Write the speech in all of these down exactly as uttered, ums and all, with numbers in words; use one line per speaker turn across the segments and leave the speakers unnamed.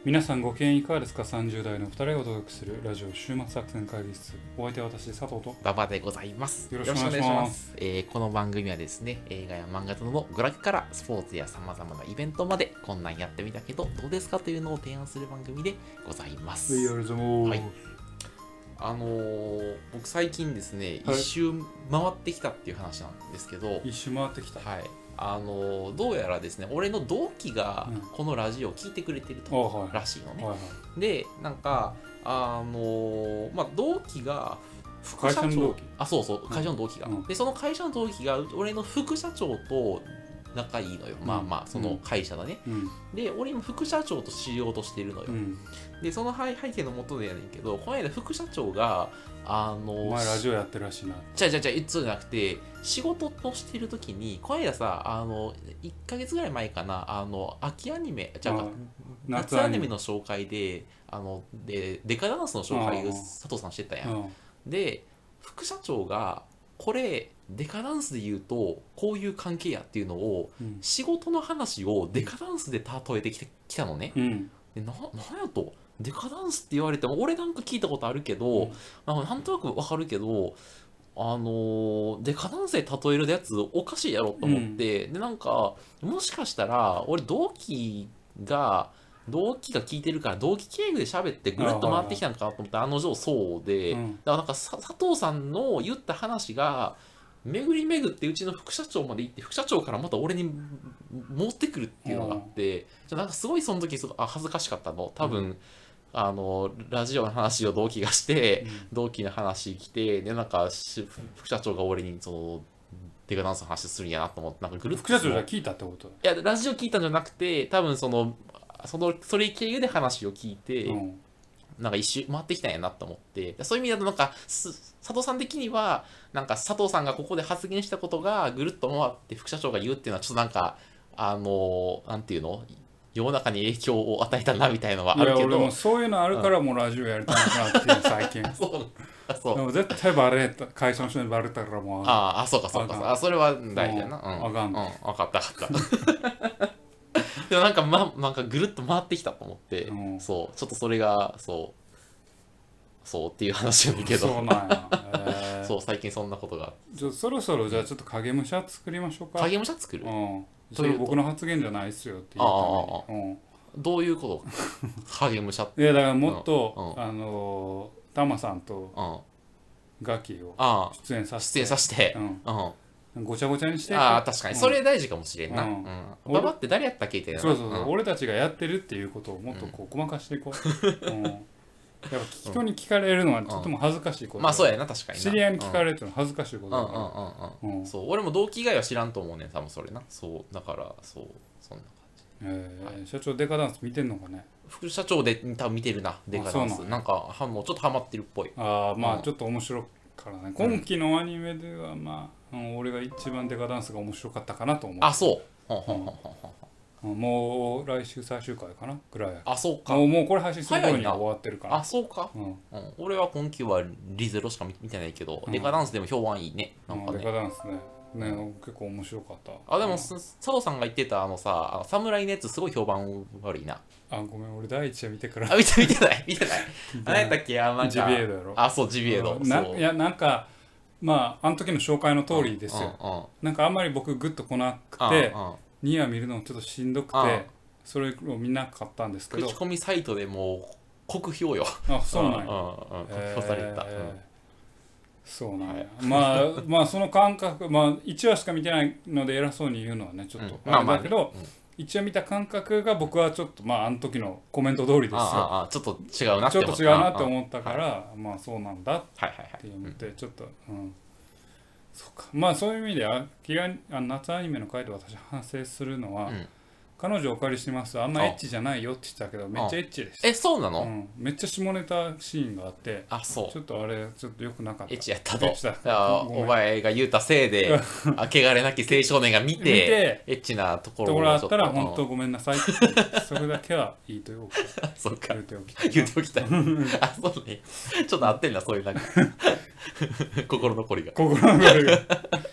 皆さんご機嫌いかがですか？ さんじゅう 代のふたりがお届けするラジオ週末作戦会議室。お相手は私、佐藤と
馬場でございます。
よろしくお願いします。
えー、この番組はですね、映画や漫画などの娯楽からスポーツや様々なイベントまでこんなんやってみたけどどうですかというのを提案する番組でございます。
よろしくお願いし
はい。あのー、僕最近ですね、
はい
一周回ってきたっていう話なんですけど、
一周回ってきた。
はい。あのーどうやらですね、俺の同期が
うん
このラジオを聞いてくれてる
あ
と、
はい
らしいのね。
はいはい
で、なんか、あのーまあ、同期が副社長、
会社の同期
あ、そうそう、会社の同期が、
うん
で、その会社の同期が俺の副社長と仲いいのよ。まあまあ、その会社だね。
うん
で、俺も副社長としようとしてるのよ。
うん
で、その背景のもとでやねんけど、この間副社長が、あの
お前ラジオやってるらしいな。
じゃあじゃあじゃあそうじゃなくて、仕事としてる時にこの間さ、あのいっかげつぐらい前かな、あの秋アニメじゃあ
あ
夏アニメの紹介で、あのでデカダンスの紹介を
ああ
佐藤さんしてたやん。
うん
で副社長がこれデカダンスで言うとこういう関係やっていうのを、
うん
仕事の話をデカダンスで例えてきてきたのね。
うん
でななんやとデカダンスって言われても俺なんか聞いたことあるけど、
うん
なんかなんとなくわかるけど、あのーデカダンスで例えるやつおかしいやろと思って、でなんかもしかしたら俺同期が同期が聞いてるから同期経由で喋ってぐるっと回ってきたのかなと思って、あの定そうで、
うん
だからなんかさ佐藤さんの言った話が巡り巡ってうちの副社長まで行って副社長からまた俺に持ってくるっていうのがあって、じゃなんかすごいその時すごいあ恥ずかしかったの多分、
うん
あのラジオの話を同期がして、
うん
同期の話来てでなんかし副社長が俺にそのデカダンスの話するんやなと思ってなんかぐるっと
副社長じゃ聞いたってこと？
いやラジオ聞いたんじゃなくて多分そのそのそれ経由で話を聞いて、
うん
なんか一周回ってきたんやなと思って、そういう意味だとなんかす佐藤さん的にはなんか佐藤さんがここで発言したことがぐるっと回って副社長が言うっていうのはちょっとなんかあのなんていうの世の中に影響を与えたなみたいなのはあ
いや
るけど、
俺もそういうのあるからもうラジオやりたいなっていう最近
そうあそう
でも絶対バレた会社の人にバレたからもう
ああそうかそうか
あかん
あそれは大事だな、
うん
うん、
あかん
うん、分かった分かったでもなんか、ま、なんかぐるっと回ってきたと思って、
うん
そうちょっとそれがそうそうっていう話なんだけど
そうなんや、えー
そう最近そんなことが
じゃあそろそろじゃあちょっと影武者作りましょうか。
影武者作る
うん。そ
というと
れ僕の発言じゃないっすよっていうために。うん。
どういうこと影武者って
いやだからもっと、
うん
あのータマさんと
うんあ
ガキを
あ
出演させて
出演させて
うん
うん
ごちゃごちゃにして
ああ確かに
うん
それ大事かもしれんな
う
うんんババって誰やったっけって
そうそうそう、
ん
俺たちがやってるっていうことをもっとこう細かしていこう、うん、やっぱ人に聞かれるのはとても恥ずかしいこと、
まあそうやな確かにな
知り合いに聞かれるっていうのは恥ずかしいことだか
うんうんうんうん
うん
そう俺も同期以外は知らんと思うねん多分それなそうだからそうそんな感じ
ら、えー社長デカダンス見てんのかね。
副社長で多分見てるなデカダンス
そうなんや
なんかはもうちょっとハマってるっぽい
ああま
うん
あちょっと面白いからね、今期のアニメではまあ、うん俺が一番デカダンスが面白かったかなと思う。
あそうほんほんほんほんほんほん
うんもう来週最終回かなぐらいや
あそうか
もうもうこれ配信する頃には
早いな
終わってるから。
あそうか
うん
うん、俺は今期はリゼロしか見見てないけど、
うん
デカダンスでも評判いいね。なんか
うんデ
ね。
カダンスねね結構面白かった。
あ、でも、す佐藤さんが言ってたあのさ、あの侍のやつすごい評判悪いな。
あごめん俺第一話見てから
あ、見て見てない見てない。あ、何やったっけあ、なんか。
ジビエドやろ。
あ、そう、ジビエド。
うんな
そう
いやなんかまああの時の紹介の通りですよ。
うんうん
なんかあんまり僕グッと来なく
うん
て
うん
にわ見るのちょっとしんどく
うん
てそれを見なかったんですけど。
口コミサイトでもう酷評よ。
あそうなんや。
うんうんうん酷評された。うん
えーそうなんや、
はい
まあまあその感覚まあいちわしか見てないので偉そうに言うのはねちょっと
うんまあまあね
あれだけど、
うん
いちわ見た感覚が僕はちょっとまああの時のコメント通りですよ。
あああちょっと違うなって思った。
ちょっと違うなって
うんうん
思ったから、まあそうなんだっ
はいはいはい
て思ってちょっとうんそうかまあそういう意味であ気があの夏アニメの回で私反省するのは、
うん
彼女をお借りしてますあんまエッチじゃないよって言ってたけどめっちゃエッチです。
え、そうなの、
うん、めっちゃ下ネタシーンがあって
あ、そう
ちょっとあれちょっと良くなかった。
エッチやったと。
エッチだ
いや
ごめん
お前が言うたせいで、あ汚れなき青少年が見て、
見て
エッチなところ
ところあったら本当
うん
ごめんなさいってそれだけはいいとよ
そうか
言うておきたいな。
言うておきたい。あ、そうね。ちょっと合ってんな、そういうなんか、心残りが。
心の声が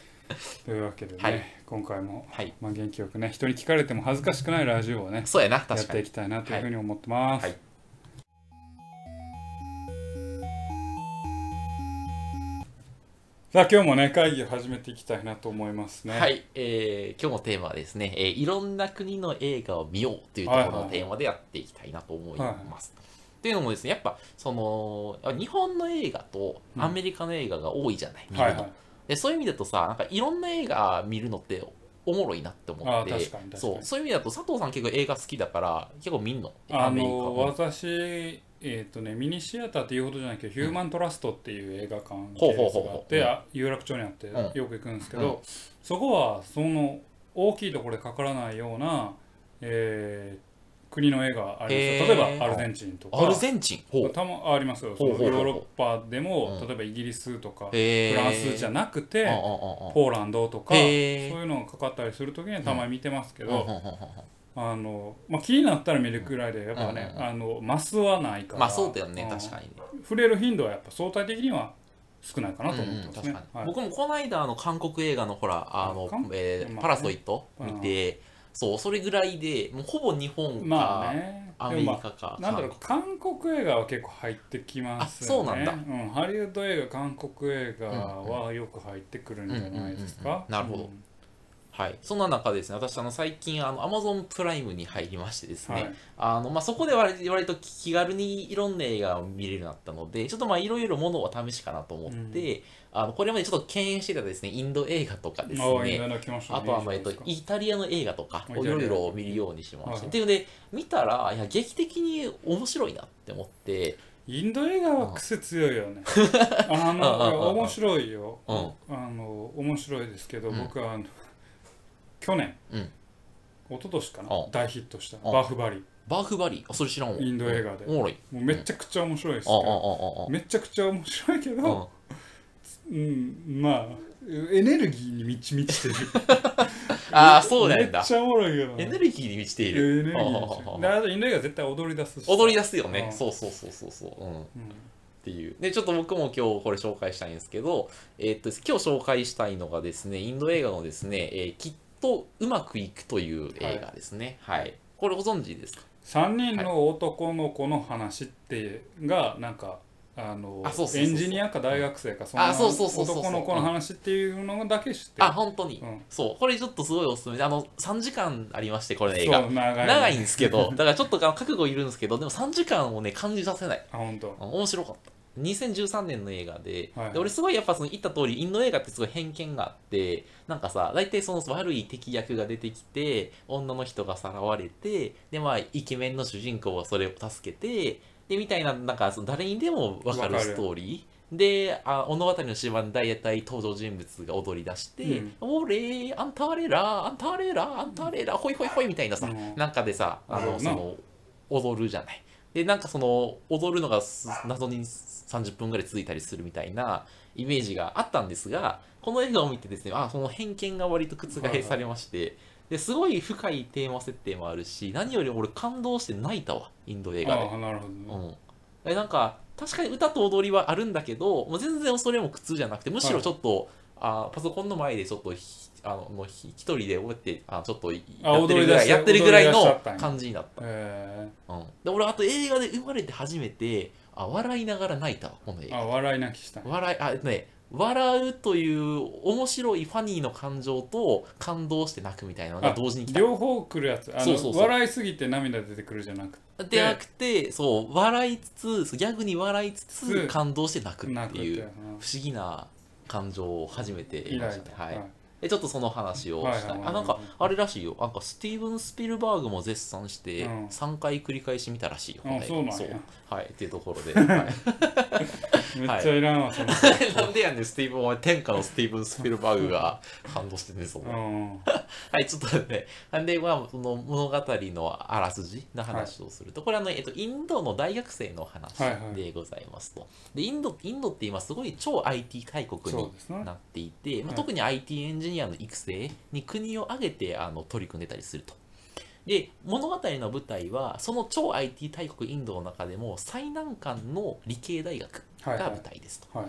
というわけでね、
はい、
今回も、
はい、
まあ、元気よくね、人に聞かれても恥ずかしくないラジオをね、
そうやな、
や
確かに。
っていきたいなというふうに思ってます。
はいはい
さあ今日もね会議を始めていきたいなと思いますね。
はい、えー、今日のテーマはですね、えー、いろんな国の映画を見ようというところのテーマでやっていきたいなと思います。はいはいはい、っていうのもですね、やっぱその日本の映画とアメリカの映画が多いじゃない、うん、見るの、はいはい、でそういう意味だとさ、なんかいろんな映画見るのっておもろいなって思って、そうそういう意味だと佐藤さん結構映画好きだから結構見んの。
あの私えーとね、ミニシアターっていうほどじゃないけど、うん、ヒューマントラストっていう映画館系列があって、有楽町にあってよく行くんですけど、うん、そこはその大きいところでかからないような、えー、国の映画ありますよ。例えばアルゼンチンとか、
アルゼンチン
たまありますよ。そのヨーロッパでも、うん、例えばイギリスとかフランスじゃなくてポーランドとかそういうのがかかったりするときにたまに見てますけど、あのまあ、気になったら見るくらいでやっぱね、うんうんうん、あのマスはないから、
まあそうだよね、確かにね。
触れる頻度はやっぱ相対的には少ないかなと思ってますね。うんうん、
はい、僕もこの間あの韓国映画のほらあの、えー、パラソイト見て、うん、そうそれぐらいでもうほぼ日本か、まあね、アメリカか、
まあ、なんだろう韓国映画は結構入ってきますよね。
あ、そうなんだ、
うん、ハリウッド映画韓国映画はよく入ってくるんじゃないですか。
なるほど、うん、はい、そんな中ですね、私あの最近あの Amazon プライムに入りましてですね、はい、あのまあ、そこで割割と気軽にいろんな映画を見れるようになったので、ちょっとまあいろいろものは試しかなと思って、うん、あのこれまでちょっと敬遠してたですねインド映画とかですね、あとはまあ、えっと、イタリアの映画とかいろいろ見るようにしました。っていうので見たらいや劇的に面白いなって思って。
インド映画は癖強いよね。あの面白いよ、うん、あの面白いですけど、うん、僕はあの去年、うん、一昨年かな、大ヒットしたバーフバリ。
バーフバリ、あ、それ知らんわ。
インド映画で。
おもろい。
もうめちゃくちゃ面白いですけど、めちゃくちゃ面白いけど、うん、まあエネルギーに満ち満ちてる。
ああ、そうなんだ。
めっちゃおもろいけど。
エネルギーに満ちている。
エネルギーに満ちてる。で、あとインド映画絶対踊り出すし。
踊り出すよね。そうそうそうそうそう。うん。っていうでちょっと僕も今日これ紹介したいんですけど、えー、っと今日紹介したいのがですねインド映画のですね、えー、きっとうまくいくという映画ですね。はい、はい、これご存知ですか？
さんにんの男の子の話ってがなんかあのエンジニアか大学生かそんな男の子の話っていうのだけ知ってる。
あ、本当に、うん、そうこれちょっとすごいおすすめで、あのさんじかんありまして、これの映画長い、ね、長いんですけどだからちょっと覚悟いるんですけど、でもさんじかんをね感じさせない。
あ、本当。
面白かった。にせんじゅうさんねんの映画 で,、はいはい、で俺すごいやっぱその言った通りインド映画ってすごい偏見があって、なんかさ大体その悪い敵役が出てきて女の人がさらわれて、でまあイケメンの主人公はそれを助けてでみたいな、なんかその誰にでも分かるストーリーで、あ物語の終盤大体登場人物が踊り出して、うん、俺あんたあれらあんたあれらあんたあれらほいほいほいみたいなさ、うん、なんかでさあのその踊るじゃない。でなんかその踊るのが謎にさんじゅっぷんぐらい続いたりするみたいなイメージがあったんですが、この映画を見てですね、あその偏見が割と覆されまして、ですごい深いテーマ設定もあるし、何より俺感動して泣いたわ、インド映画で。
ああ、なるほどね。
うん、えなんか確かに歌と踊りはあるんだけど、もう全然それも苦痛じゃなくて、むしろちょっと、はい、あパソコンの前でちょっとあのもう一人でこうやってあちょっとやってるぐらいやってるぐらいの感じになった。へうん、で俺あと映画で生まれて初めてあ笑いながら泣いたわ、この映画。
あ笑い泣きした、ね、
笑いあね笑うという面白いファニーの感情と感動して泣くみたいなのが同時に来た。
両方来るやつ。あのそうそうそう、笑いすぎて涙出てくるじゃなくて
でなくて、そう笑いつつギャグに笑いつつ感動して泣くっていう不思議な感情を初めて得ましたね。はい、はい、ちょっとその話をしたい。あ、なんかあれらしいよ。なんかスティーブン・スピルバーグも絶賛してさんかい繰り返し見たらしいよ。
うん、そうなんや。
はい、っていうところで。はい
めっちゃいらんわ、その
なんでやねん、スティーブン、お前天下のスティーブン・スピルバーグが感動してね、その。はい、ちょっとね、なんで、まあ、その物語のあらすじの話をすると、これは、ね、えっと、インドの大学生の話でございますと。で、インド、インドって今すごい超 アイティー 大国になっていて、まあ、特に アイティー エンジニアの育成に国を挙げてあの取り組んでたりすると。で物語の舞台はその超 アイティー 大国インドの中でも最難関の理系大学が舞台ですと。はいはいはい、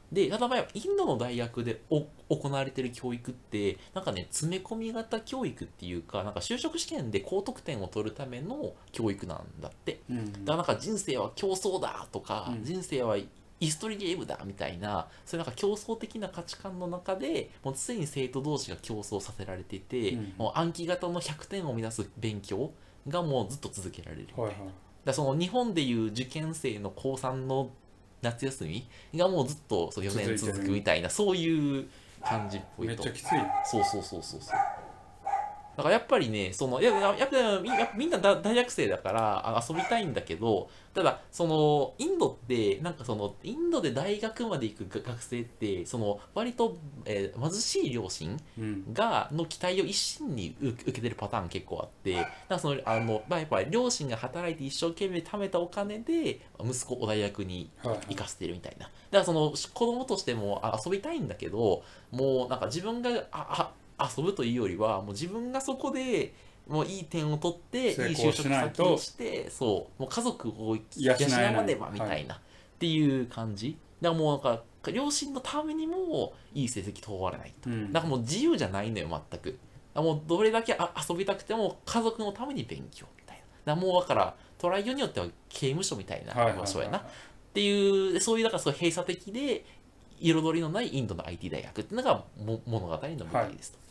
で、ただまあインドの大学でお行われてる教育って、なんかね、詰め込み型教育っていうか、なんか就職試験で高得点を取るための教育なんだって。
うん、
だからなんか人生は競争だとか、
うん、
人生は椅子取りゲームだみたいな、そういうなんか競争的な価値観の中で、もう常に生徒同士が競争させられていて、うん、もう暗記型のひゃくてんを目指す勉強がもうずっと続けられるみたいな。はいはい、だその日本でいう受験生の高さんの夏休みがもうずっとそうよねん続くみたいな、そういう感じっぽいと。
めっちゃきつい。
そうそうそうそうそう。だからやっぱりね、そのやややっぱみんな大学生だから遊びたいんだけど、ただそのインドってなんかそのインドで大学まで行く学生ってその割と、えー、貧しい両親がの期待を一身に受けてるパターン結構あって、だからそのあのまあやっぱり両親が働いて一生懸命貯めたお金で息子を大学に行かせてるみたいな。だからその子供としても遊びたいんだけど、もうなんか自分がああ遊ぶというよりはもう自分がそこでもういい点を取っていい就職先をしてそうもう家族を養わねばみたいな、はい、っていう感じだからもうなんか両親のためにもいい成績問われないと、うん、だからもう自由じゃないのよ全く。もうどれだけあ遊びたくても家族のために勉強みたいな。だからもうだからトライアによっては刑務所みたいな場所やなっていうそういうだからそう閉鎖的で彩りのないインドの アイティー 大学っていうのがも物語の舞台ですと。はい、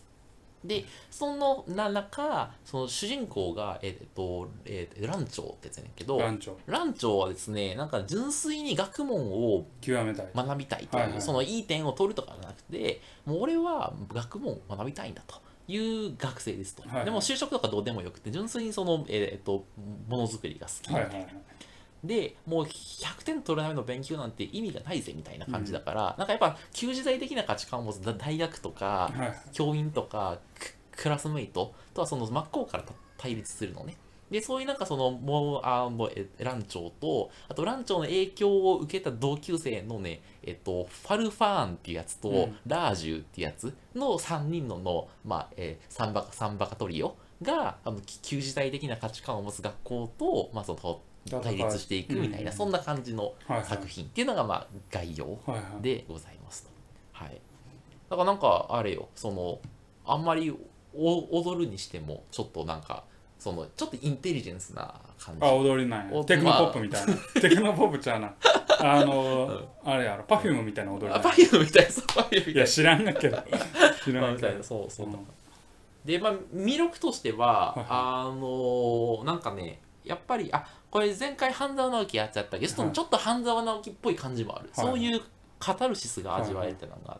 で、その中、その主人公が、えっと、えっと、ランチョウってやつやねんけど、
ランチョウ。
ランチョウはですね、なんか純粋に学問を
極めたい。
学びたいという、はいはい、そのいい点を取るとかじゃなくて、もう俺は学問を学びたいんだという学生ですと。はいはい、でも就職とかどうでもよくて、純粋にその、えっと、ものづくりが好きみたいな。はいはいはい、でもうひゃくてん取るための勉強なんて意味がないぜみたいな感じだから、うん、なんかやっぱ旧時代的な価値観を持つ大学とか、はい、教員とかクラスメイトとはその真っ向から対立するのね。でそういうなんかそのもうあもうランチョウとあとランチョウの影響を受けた同級生のねえっとファルファーンっていうやつと、うん、ラージュっていうやつのさんにんののまあ、えー、サンバカサンバカトリオがあの旧時代的な価値観を持つ学校とまあその対立していくみたいな、うん、そんな感じの作品っていうのがまあ概要でございますと。はい。だからなんかあれよ、そのあんまり踊るにしてもちょっとなんかそのちょっとインテリジェンスな感じ。
あ、踊りなんや。テクノポップみたいな。まあ、テクノポップちゃうな。あの、うん、あれやろ、パフュームみたいな踊り。
あ、パフュームみたいな、そう、パフュームみたいな。
いや、知らんだけど。知らん
みたいな、そうそう。うん、で、まあ魅力としては、あのなんかね、やっぱりあこれ前回半沢直樹やっちゃったけど、はい、ちょっと半沢直樹っぽい感じもある、はい、そういうカタルシスが味わえたのがあって、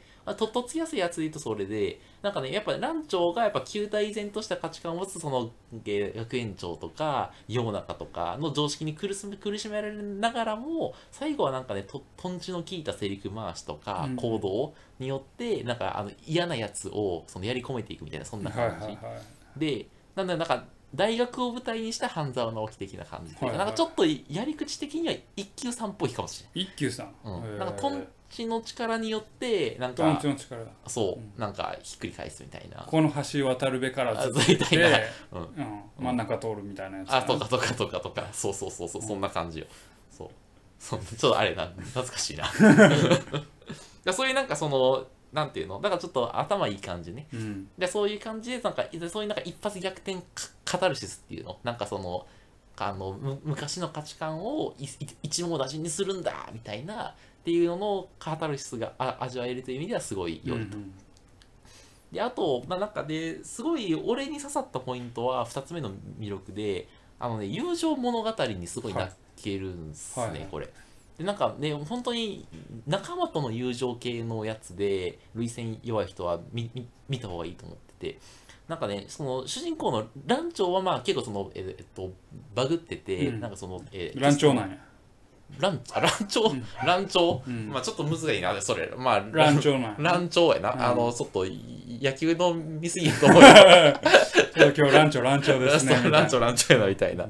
はい、とっとつやすいやつで言うとそれでなんかねやっぱランチョウがやっぱ旧態依然とした価値観を持つその学園長とか世の中とかの常識に苦しめ苦しめられながらも最後はなんかねととんちの効いたセリフ回しとか行動によってなんかあの嫌なやつをそのやり込めていくみたいなそんな感じ、はいはいはい、でなんだなんか大学を舞台にした半沢直樹的な感じで、はいはい、なんかちょっとやり口的には一休さんっぽいかもしれない。
一休さん、
うん、なんかトンチの力によってなんか
トンチの力だ
そう、うん、なんかひっくり返すみたいな
この橋渡るべからずっと
みたいな、
うんうん、真ん中通るみたいなやつ、ね、
あとかとかとかとかそうそうそうそう、うん、そんな感じよ。そうそうちょっとあれな懐かしいなそういうなんかそのなんていうのだからちょっと頭いい感じね、うん、でそういう感じでなんかそういうなんか一発逆転カタルシスっていうのなんかそのあの昔の価値観を一網打尽にするんだみたいなっていうののカタルシスが味わえるという意味ではすごい良いと、うんうん、であと、まあ、なんかですごい俺に刺さったポイントはふたつめの魅力であのね友情物語にすごい泣けるんですね、はいはいはい、これでなんかね本当に仲間との友情系のやつで涙腺弱い人は 見, 見, 見た方がいいと思っててなんかねその主人公のランチョウはまあ結構そのえっとバグってて、うん、なんかその、え
ー、ランチョウなんや
ランあランチョウ、うん、ランチョウ、うん、まあちょっとむずいなそれまあ
ランチョウなんや
ランチョウやな、うん、あのちょっと野球の見過ぎやと思う
今日ランチョウランチョウですね
ランチョウランチョウやなみたいな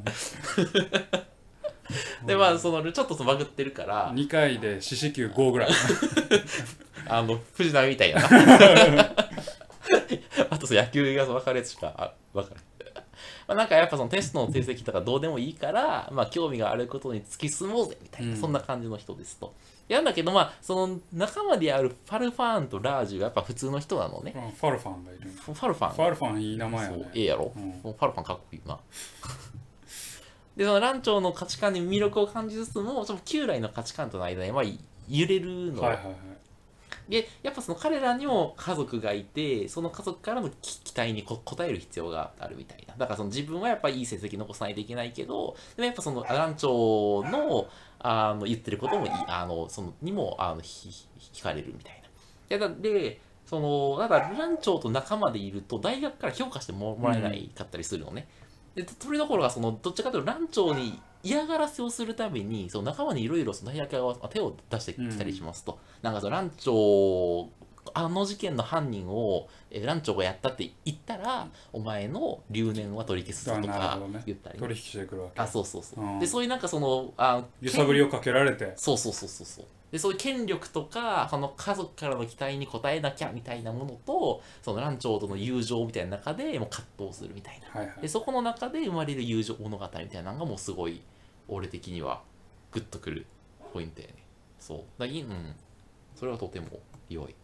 でまあそのちょっとバグってるから
にかいで四死球ごぐらい
あの藤波みたいやなあと野球が分かるやつしか分かるまあなんかやっぱそのテストの成績とかどうでもいいから、まあ興味があることに突き進もうぜみたいな、
うん、
そんな感じの人ですと。いやんだけど、まあその仲間であるファルファーンとラージュがやっぱ普通の人なのね。
ファルファンがいる。
ファルファン。
ファルファンいい名前や
そう、
ね。
ええやろ、
うん、
ファルファンかっこいいな。で、そのランチョウの価値観に魅力を感じつつも、その旧来の価値観との間に、まあ、揺れるの。
はいはいはい。
で、やっぱその彼らにも家族がいて、その家族からの期待にこ応える必要があるみたいな。だからその自分はやっぱりいい成績残さないといけないけど、でもやっぱそのランチョウのあの言ってることもいい、あの、そのにもあのひ惹かれるみたいな。いやだで、その、だからランチョウと仲間でいると大学から評価してももらえないかったりするのね。で、それどころがその、どっちかというとランチョウに嫌がらせをするために、その仲間にいろいろ大学が手を出してきたりしますと。うん、なんかそのランチョウ、あの事件の犯人をえランチョウがやったって言ったら、お前の留年は取り消すぞとか言ったり、ね、
取引してくるわけ。
あ、そうそうそう。
うん、
で、そういうなんかその、あ
揺さぶりをかけられて。
そうそうそうそうそう。で、そういう権力とか、その家族からの期待に応えなきゃみたいなものと、そのランチョウとの友情みたいな中でもう葛藤するみたいな。
はいはい、
で、そこの中で生まれる友情物語みたいなのがもうすごい、俺的にはグッとくるポイントやね。そう。だいい、うん。それはとても良い。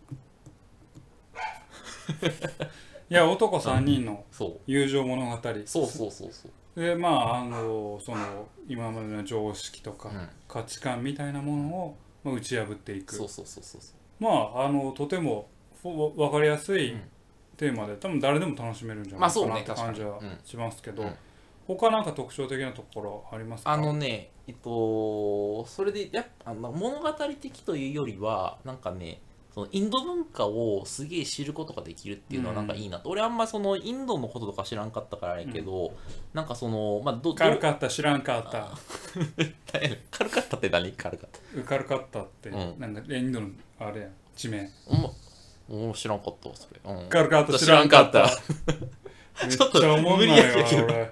いや、男さんにんの友情物語。
そうそうそうそう。
で、まあ、あの、その、今までの常識とか、価値観みたいなものを、まあ、打ち破っていく。
そうそうそうそう。
まあ、あの、とても分かりやすいテーマで、多分誰でも楽しめるんじゃないかなって感じはしますけど、他なんか特徴的なところありますか？
あのね、えっと、それでやっぱあの物語的というよりは、なんかね、そのインド文化をすげえ知ることができるっていうのはなんかいいなと、うん、俺あんまそのインドのこととか知らんかったからやけど、うん、なんかそのまあど
軽かった知らんかった
軽かったって何？軽かった
軽かったって、うん、なんだインドのあれや地名、
うん、知らんかったわそれ、うん、
軽かった知らんかっためっちゃおもんないわ俺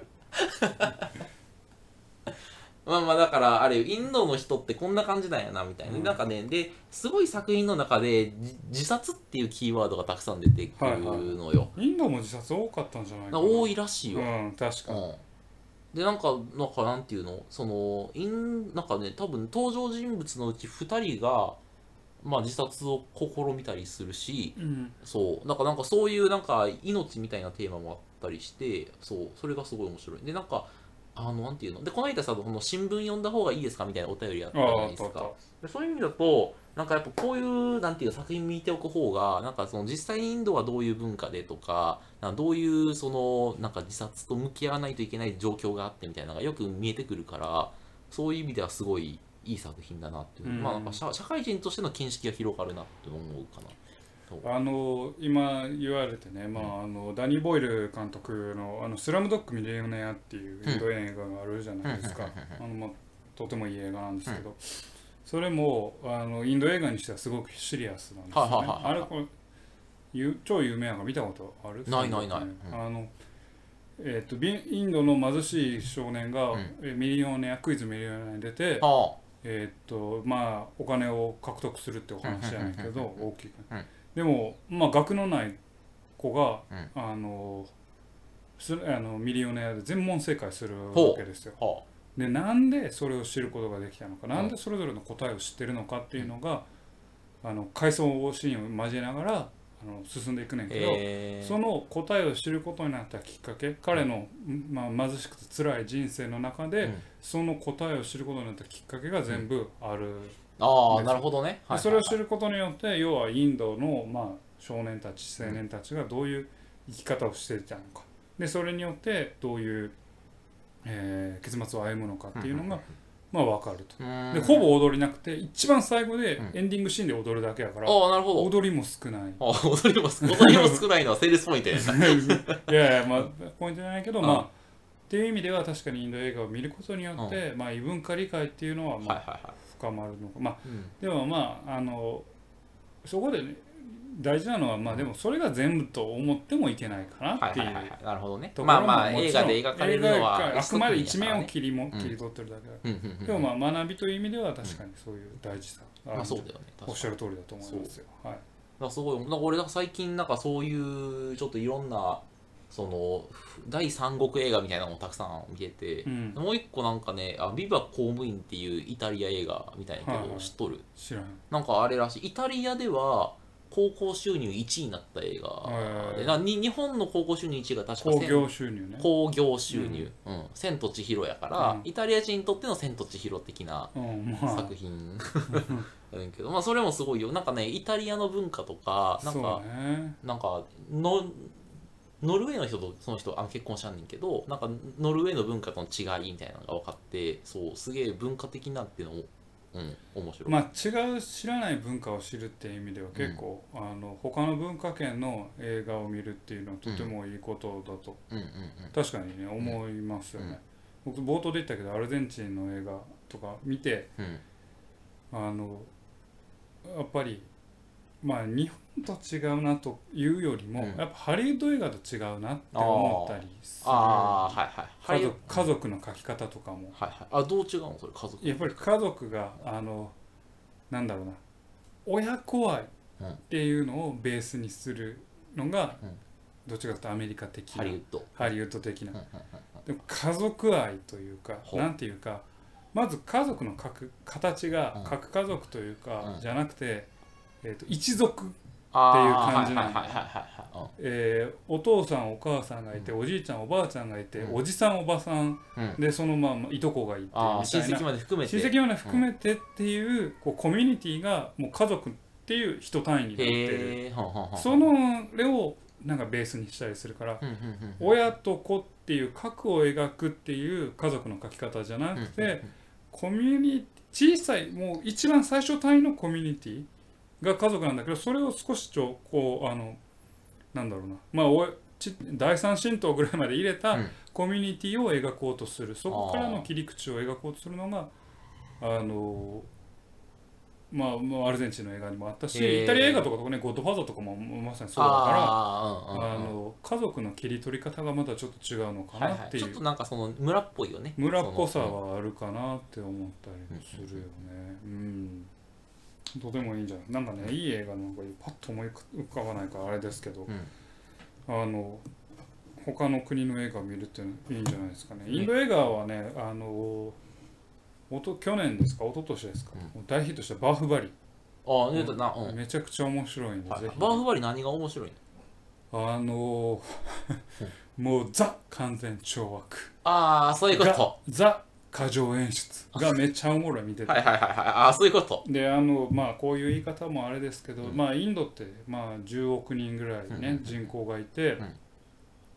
まあまあだからあれインドの人ってこんな感じなんやなみたいな、うん、なんかねですごい作品の中で自殺っていうキーワードがたくさん出てくるのよ、はいはい、
インドも自殺多かったんじゃないかな。
多いらしいよ、
うん、確かに、うん、
でなんかなんかなんていうのそのインなんかね多分登場人物のうちふたりがまあ自殺を試みたりするし、うん、そうなんかなんかそういうなんか命みたいなテーマもあったりしてそうそれがすごい面白いでなんかあのなんていうのでこの間さこの新聞読んだ方がいいですかみたいなお便りやったじゃないですか。でそういう意味だとなんかやっぱこういうなんていう作品見ておく方がなんかその実際にインドはどういう文化でとかなんかどういうそのなんか自殺と向き合わないといけない状況があってみたいなのがよく見えてくるからそういう意味ではすごいいい作品だなっていう、うん、まあなんか 社, 社会人としての見識が広がるなって思うかな。
あの今言われてね、まあ、あのダニー・ボイル監督の「あのスラムドッグ・ミリオネア」っていうインド映画があるじゃないですか、あのまあ、とてもいい映画なんですけど、うん、それもあのインド映画にしてはすごくシリアスなんですよね。あれこれ超有名やから見たことある？
ないないない、うん、
あのえー、とインドの貧しい少年が、うん、ミリオネアクイズミリオネアに出て、はあえーとまあ、お金を獲得するってお話やねんけど大きく、うんでも、まあ、学のない子が、うん、あのすあのミリオネアで全問正解するわけですよ。はあ、でなんでそれを知ることができたのか、なんでそれぞれの答えを知ってるのかっていうのが、うん、あの回想シーンを交えながらあの進んでいくねんけど、その答えを知ることになったきっかけ、彼の、まあ、貧しくて辛い人生の中で、うん、その答えを知ることになったきっかけが全部ある。うん
ああなるほどね、はいはいはい、
それを知ることによって要はインドの、まあ、少年たち青年たちがどういう生き方をしていたのかでそれによってどういう、えー、結末を歩むのかっていうのが、まあ、分かるとでほぼ踊りなくて一番最後でエンディングシーンで踊るだけやから、
うん、あなるほど
踊りも少ない
あ踊りも踊りも少ないのはセールスポイントやない
やいや、まあ、ポイントじゃないけど、まあっていう意味では確かにインド映画を見ることによって、うんまあ、異文化理解っていうのは、まあはいはいはい深まるのかまあ、うん、でもまああのそこで、ね、大事なのはまあでもそれが全部と思ってもいけないかなっていう、はいはいはい、
なるほどねまあまあ映画で描かれるのは
あくまで一面を切りも、うん、切り取ってるだけだ、うん、でもまあ学びという意味では確かにそういう大事さがある、まあ、そうだよねおっしゃる通りだと思いますよ。はい、
だからすごいなんか俺なんか最近なんかそういうちょっといろんなその第三国映画みたいなのもたくさん見てて、
うん、
もう一個なんかね、あビバ公務員っていうイタリア映画みたいなけど、
はいはい、
知っとる？
知らん。
なんかあれらしい。イタリアでは興行収入いちいになった映画で、なに日本の興行収入いちいが確か
興行収入ね。
興行収入、うん、うん、千と千尋やから、
うん、
イタリア人にとっての千と千尋的な作品、うん、やけど、まあそれもすごいよ。なんかね、イタリアの文化とか、なんか、
ね、
なんかのノルウェーの人とその人あの結婚したんねんけど、なんかノルウェーの文化との違いみたいなのが分かって、そうすげえ文化的なっていうのも、うん、面白い。
まあ違う知らない文化を知るっていう意味では結構、うん、あの他の文化圏の映画を見るっていうのはとてもいいことだと、
うんうんうんうん、
確かにね思いますよね、うん、僕冒頭で言ったけどアルゼンチンの映画とか見て、うん、あのやっぱりまあ日本と違うなというよりも、うん、やっぱハリウッド映画と違うなって思ったりする。あ、はいはい、家族、家族の描き方とかも、
はいはい、あどう違うのそれ家族。
やっぱり家族があのなんだろうな親子愛っていうのをベースにするのが、うん、どっちかというとアメリカ的な
ハリウッド
ハリウッド的な、うんうんうんうん、でも家族愛というかなんていうかまず家族の描く形が、うん、核家族というか、うん、じゃなくてえー、と一族っていう感じなんで、お父さんお母さんがいて、うん、おじいちゃんおばあちゃんがいて、うん、おじさんおばさん、うん、でそのままいとこがいてみたいな
親戚まで含めて
親戚まで含めてっていう、うん、こうコミュニティがもう家族っていう人単位になってる。そのれをなんかベースにしたりするから、うんうんうん、親と子っていう核を描くっていう家族の描き方じゃなくて、うんうんうん、コミュニ小さいもう一番最初単位のコミュニティが家族なんだけど、それを少しちょこうあのなんだろうな、まあおち第三神道ぐらいまで入れたコミュニティを描こうとする、うん、そこからの切り口を描こうとするのがあのまあ、まあ、アルゼンチンの映画にもあったし、イタリア映画とかとかね、ゴッドファーザーとかもまさにそうだから、あ、あの家族の切り取り方がまたちょっと違うのかなっていう、はいはい、
ちょっとなんかその村っぽいよね。
村っぽさはあるかなって思ったりもするよね。うん、うんとてもいいんじゃないなんかね、いい映画なんかパッと思い浮かばないからあれですけど、うん、あの他の国の映画を見るっていいんじゃないですかね。インド映画はね、あのおと去年ですか一昨年ですか、うん、大ヒットしたバーフバリ。
ああ、うん、な、うん、
めちゃくちゃ面白いんで、はい、ぜひ。
バーフバリ何が面白い
のあのもうザ完全懲悪。
ああ、そういうこと。
ザ過剰演出がめっちゃおもろい見てて
はいはいはいはい、ああそういうこと
で、あのまあこういう言い方もあれですけど、うん、まあインドってまあじゅうおくにんぐらいね、うん、人口がいて、うん、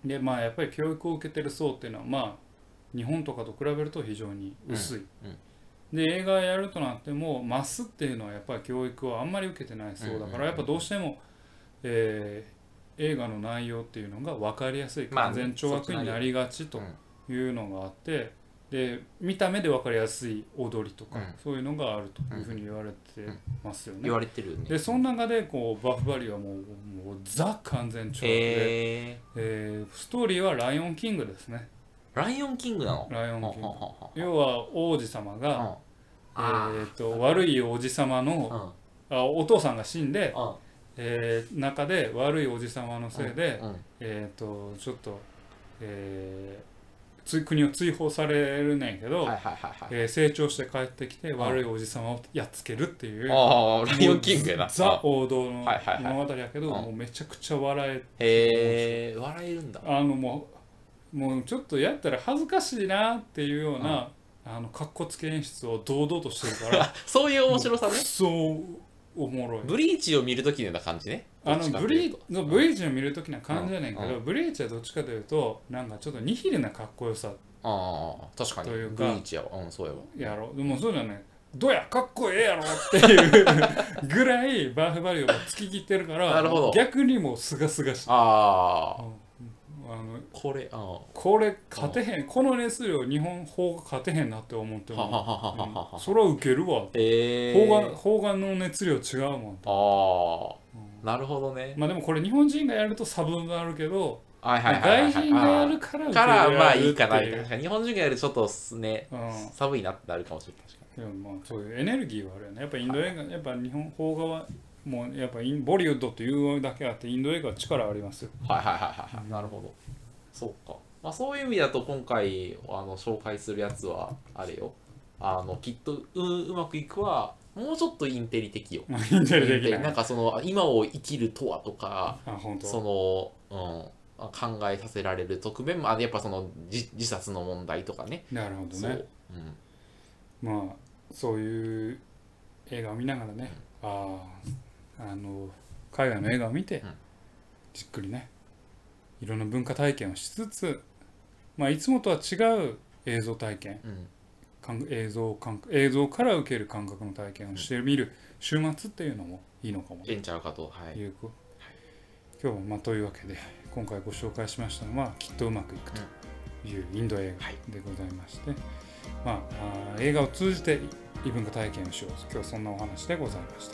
でまあやっぱり教育を受けてる層っていうのはまあ日本とかと比べると非常に薄い、うんうん、で映画やるとなってもマスっていうのはやっぱり教育をあんまり受けてない層だからやっぱどうしても、えー、映画の内容っていうのが分かりやすい完全懲悪になりがちというのがあって、で見た目で分かりやすい踊りとか、うん、そういうのがあるというふうに言われてますよね、うん、
言われてるね。
でその中でこうバフバリはもう、もうザ完全懲悪で、えーえー、ストーリーはライオンキングですね。
ライオンキングなの？
ライオンキング要は王子様が、うん、えー、と悪い王子様の、うん、あお父さんが死んで、うんえー、中で悪い王子様のせいで、うんうん、えー、とちょっと、えー国を追放されるねんけど、はいはいはいはいえー、成長して帰ってきて悪いおじさまをやっつけるっていう、
ああライオンキングやな
ザ王道の物語やけど、はいはいはい、もうめちゃくちゃ笑えて、
へえ笑えるんだ。
あのもうもうちょっとやったら恥ずかしいなっていうような、うん、あのかっこつけ演出を堂々としてるから
そういう面白さね。
そうおもろい。
ブリーチを見るときのような感じね。
あのブリーブリーチを見るときな感じじゃねんけど、うんうん、ブリーチはどっちかというとなんかちょっとニヒルなかっこよさ
ああ確かにというかブリーチやわ、うん、そうやわ
やろでもそうじゃないどうやかっこええやろっていうぐらいバーフバリを突き切ってるから
なるほど
逆にもうすがすがしい。
ああ、うん
あの
これあ
これ勝てへんこの熱量日本法が勝てへんなって思っても、うん、それはウケるわ、えー、法が法がの熱量違うもん
ああ、うん、なるほどね。
まあでもこれ日本人がやると差分があるけど
外
人がやるから
からまあいいかな。日本人がやるとちょっとね、うん、寒いなってなるかもしれない。
でもまあそういうエネルギーはあるよね。やっぱインド映画やっぱ日本邦画はもうやっぱボリウッドというだけあってインド映画は力ありますよ。
はいはいはいはい、なるほど。 そうか、まあ、そういう意味だと今回あの紹介するやつはあれよ、あのきっと う, うまくいくはもうちょっとインテリ的よ。
インテリ的な。
なんかその今を生きるとはとか、
あ、本当。
その、うん、考えさせられる側面もあ、やっぱその 自, 自殺の問題とかね。
なるほどね。
そう、
うん、まあそういう映画を見ながらね、うん、あああの海外の映画を見て、うん、じっくりねいろんな文化体験をしつつ、まあ、いつもとは違う映像体験、うん、映像感映像から受ける感覚の体験をしてみる週末っていうのもいいのかも、ね、
ええんちゃうかと、はい、
いうはい、今日はまあというわけで今回ご紹介しましたのはきっとうまくいくというインド映画でございまして、はい、まあ、あ映画を通じて異文化体験をしよう、今日はそんなお話でございました。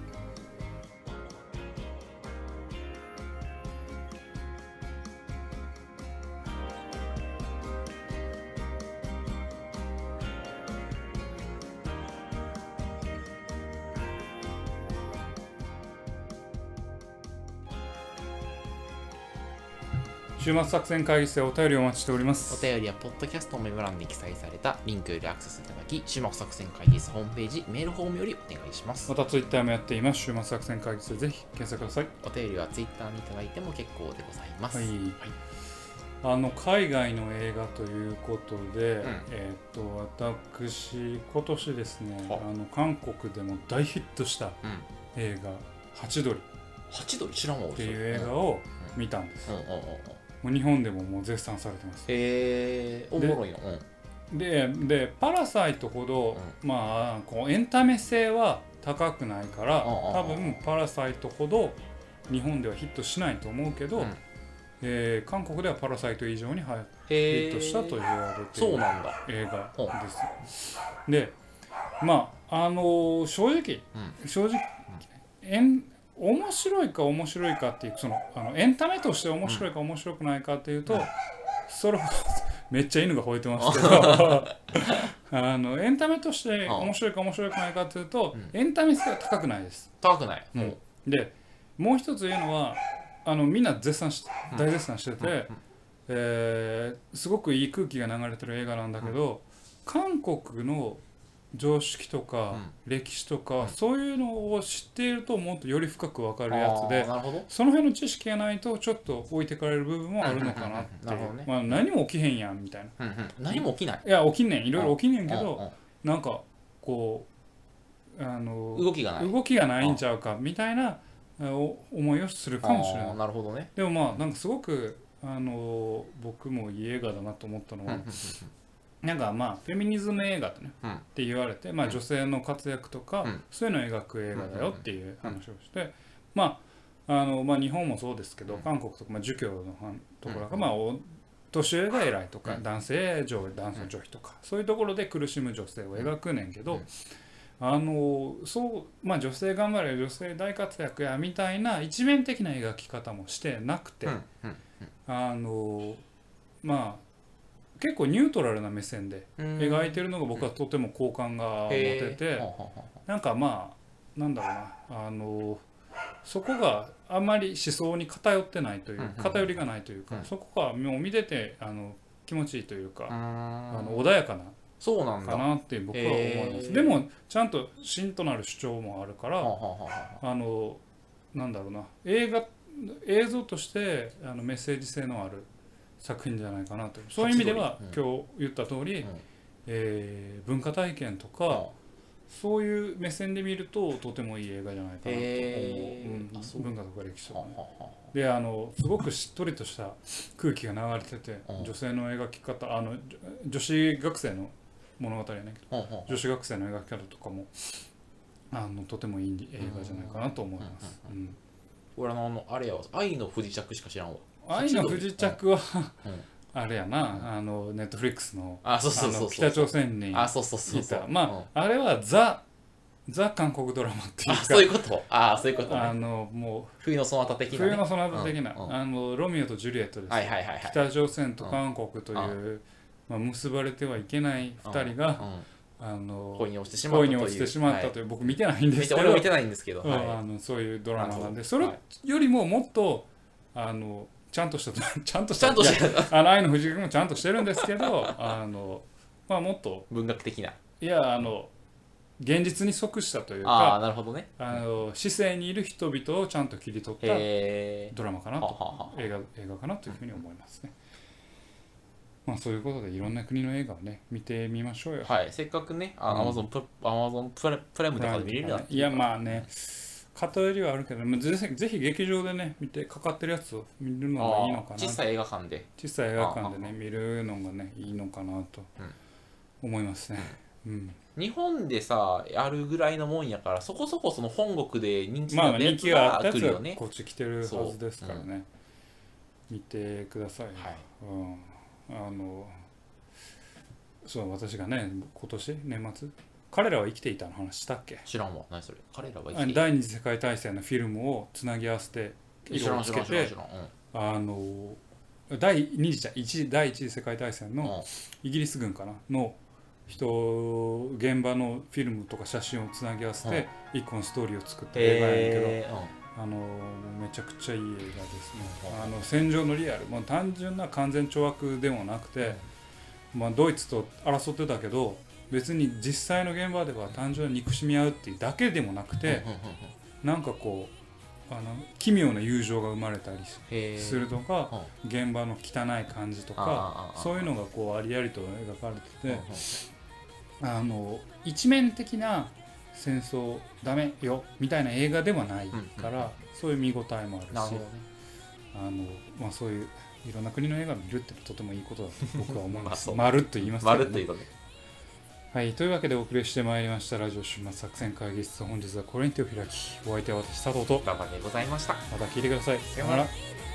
週末作戦会議室でお便りをお待ちしております。
お便りはポッドキャストのメモ欄に記載されたリンクよりアクセスいただき、週末作戦会議室ホームページメールフォームよりお願いします。
またツイッターもやっています。週末作戦会議室でぜひ検索ください。
お便りはツイッターにいただいても結構でございます。
はい、
はい、
あの海外の映画ということで、うん、えっと私今年ですね、あの韓国でも大ヒットした映画、うん、ハチドリ
ハチドリ知らんわ
っていう映画を見たんです。もう日本でももう絶賛されてます。
へえ、おもろいな。
で、でパラサイトほど、うん、まあこうエンタメ性は高くないから、多分パラサイトほど日本ではヒットしないと思うけど、うん、えー、韓国ではパラサイト以上にヒットしたと言われている映画です。で、まああのー、正直、うん、正直、うん、エン面白いか面白いかっていうそのあのエンタメとして面白いか面白くないかっていうと、うん、それほどめっちゃ犬が吠えてますけどあのエンタメとして面白いか面白くないかっていうと、うん、エンタメ性は高くないです。
高くない、
うん、でもう一つ言うのはあのみんな絶賛し大絶賛してて、うん、えー、すごくいい空気が流れてる映画なんだけど、うん、韓国の常識とか歴史とか、うん、そういうのを知っているともっとより深く分かるやつで、その辺の知識がないとちょっと置いてかれる部分もあるのかなっていう、まあ、何も起きへんやんみたいな、
うんうん、何も起きない
いや起きんねんいろいろ起きんねんけど、なんかこうあの
動きがない
動きがないんちゃうかみたいな思いをするかもしれない。
なるほどね。
でもまあなんかすごくあの僕もいい映画だなと思ったのはなんかまあフェミニズム映画ってね、うん、って言われて、まあ、女性の活躍とか、うん、そういうのを描く映画だよっていう話をして、まああのまあ日本もそうですけど、韓国とか、まあ、儒教のところが、まあお年上が偉いとか、男性上男性女卑とか、そういうところで苦しむ女性を描くねんけど、あのそうまあ女性頑張れ女性大活躍やみたいな一面的な描き方もしてなくて、あのまあ結構ニュートラルな目線で描いてるのが僕はとても好感が持てて、なんかまあなんだろうなあのそこがあんまり思想に偏ってないという偏りがないというか、そこがもう見ててあの気持ちいいというか、あの穏やかな
そうなんだ
かなって僕は思います。でもちゃんと芯となる主張もあるから、あのなんだろうな映画映像としてあのメッセージ性のある作品じゃないかなと。そういう意味では、うん、今日言った通り、うん、えー、文化体験とか、うん、そういう目線で見るととてもいい映画じゃないかなと思う、うん、文化とか歴史とかね。であのすごくしっとりとした空気が流れてて、女性の描き方あの女子学生の物語やねんけど、女子学生の描き方とかもあのとてもいい映画じゃないかなと思います。
俺のあのあれやわ、愛の不時着しか知らんわ。
愛の不時着は、うん、あれやな、あのネットフリックスの北朝鮮にいた、まああれはザザ韓国ドラマっていうか、
あそういうことああそういうこと、ね、
あのもう
冬のそなた的な、ね、
冬のそなた的な、うんうん、あのロミオとジュリエットです、はいはいはいはい、北朝鮮と韓国という、うんまあ、結ばれてはいけないふたりが、うんうんあの
恋に落ちてしまったという、
恋に落ちてしまったという、はい、僕見てないんですけど、
俺も見てないんですけど、
はい、あのそういうドラマなんで、それよりももっとあのちゃんとしたちゃんとし
ち
た
ゃんとしてる
あの愛の不時着もちゃんとしてるんですけどあの、まあ、もっと
文学的な。
いやあの現実に即したという
ああ、
か
なるほどね。
あの市政にいる人々をちゃんと切り取った
へ
ドラマかな
はは
と
は
映画映画かなというふうに思いますね。まあそういうことでいろんな国の映画をね見てみましょうよ。
はい、せっかくね、アマゾンプアマゾンプラプライムとかで見れるなって
いやまあね偏りはあるけど、まあ、ぜひぜひ劇場でね見てかかってるやつを見るのがいいのかな。
小さい映画館で
小さい映画館でね見るのがねいいのかなと思いますね。うん、
日本でさやるぐらいのもんやからそこそこその本国で人気
まあ
なやつ
人気があったやつが
が来るよね。
こっち来てるはずですからね、うん、見てくださいよ、
はい、
うん、あのそう私がね今年年末彼らは生きていたの話したっけ。
知らんわ何それ。彼らは生きてい
た第二次世界大戦のフィルムをつなぎ合わせて色をつけてあの第二次一第一次世界大戦のイギリス軍かなの人現場のフィルムとか写真をつなぎ合わせて一個のストーリーを作った映画やねんけど、えーうん、あのめちゃくちゃいい映画ですね。あの戦場のリアル、もう単純な完全懲悪でもなくて、まあ、ドイツと争ってたけど別に実際の現場では単純に憎しみ合うっていうだけでもなくて、なんかこうあの奇妙な友情が生まれたりするとか、現場の汚い感じとかそういうのがこうありありと描かれてて、あの一面的な戦争ダメよみたいな映画ではないから、そういう見応えもあるし、あの、まあ、そういういろんな国の映画を見るってとてもいいことだと僕は思います。まるっと言いますけどね。まるっと言うとね。はい、というわけでお送りしてまいりましたラジオ終末作戦会議室、本日はこれに手を開き、お相手は私佐藤と
馬場でございました。
また聞いてください。さようなら。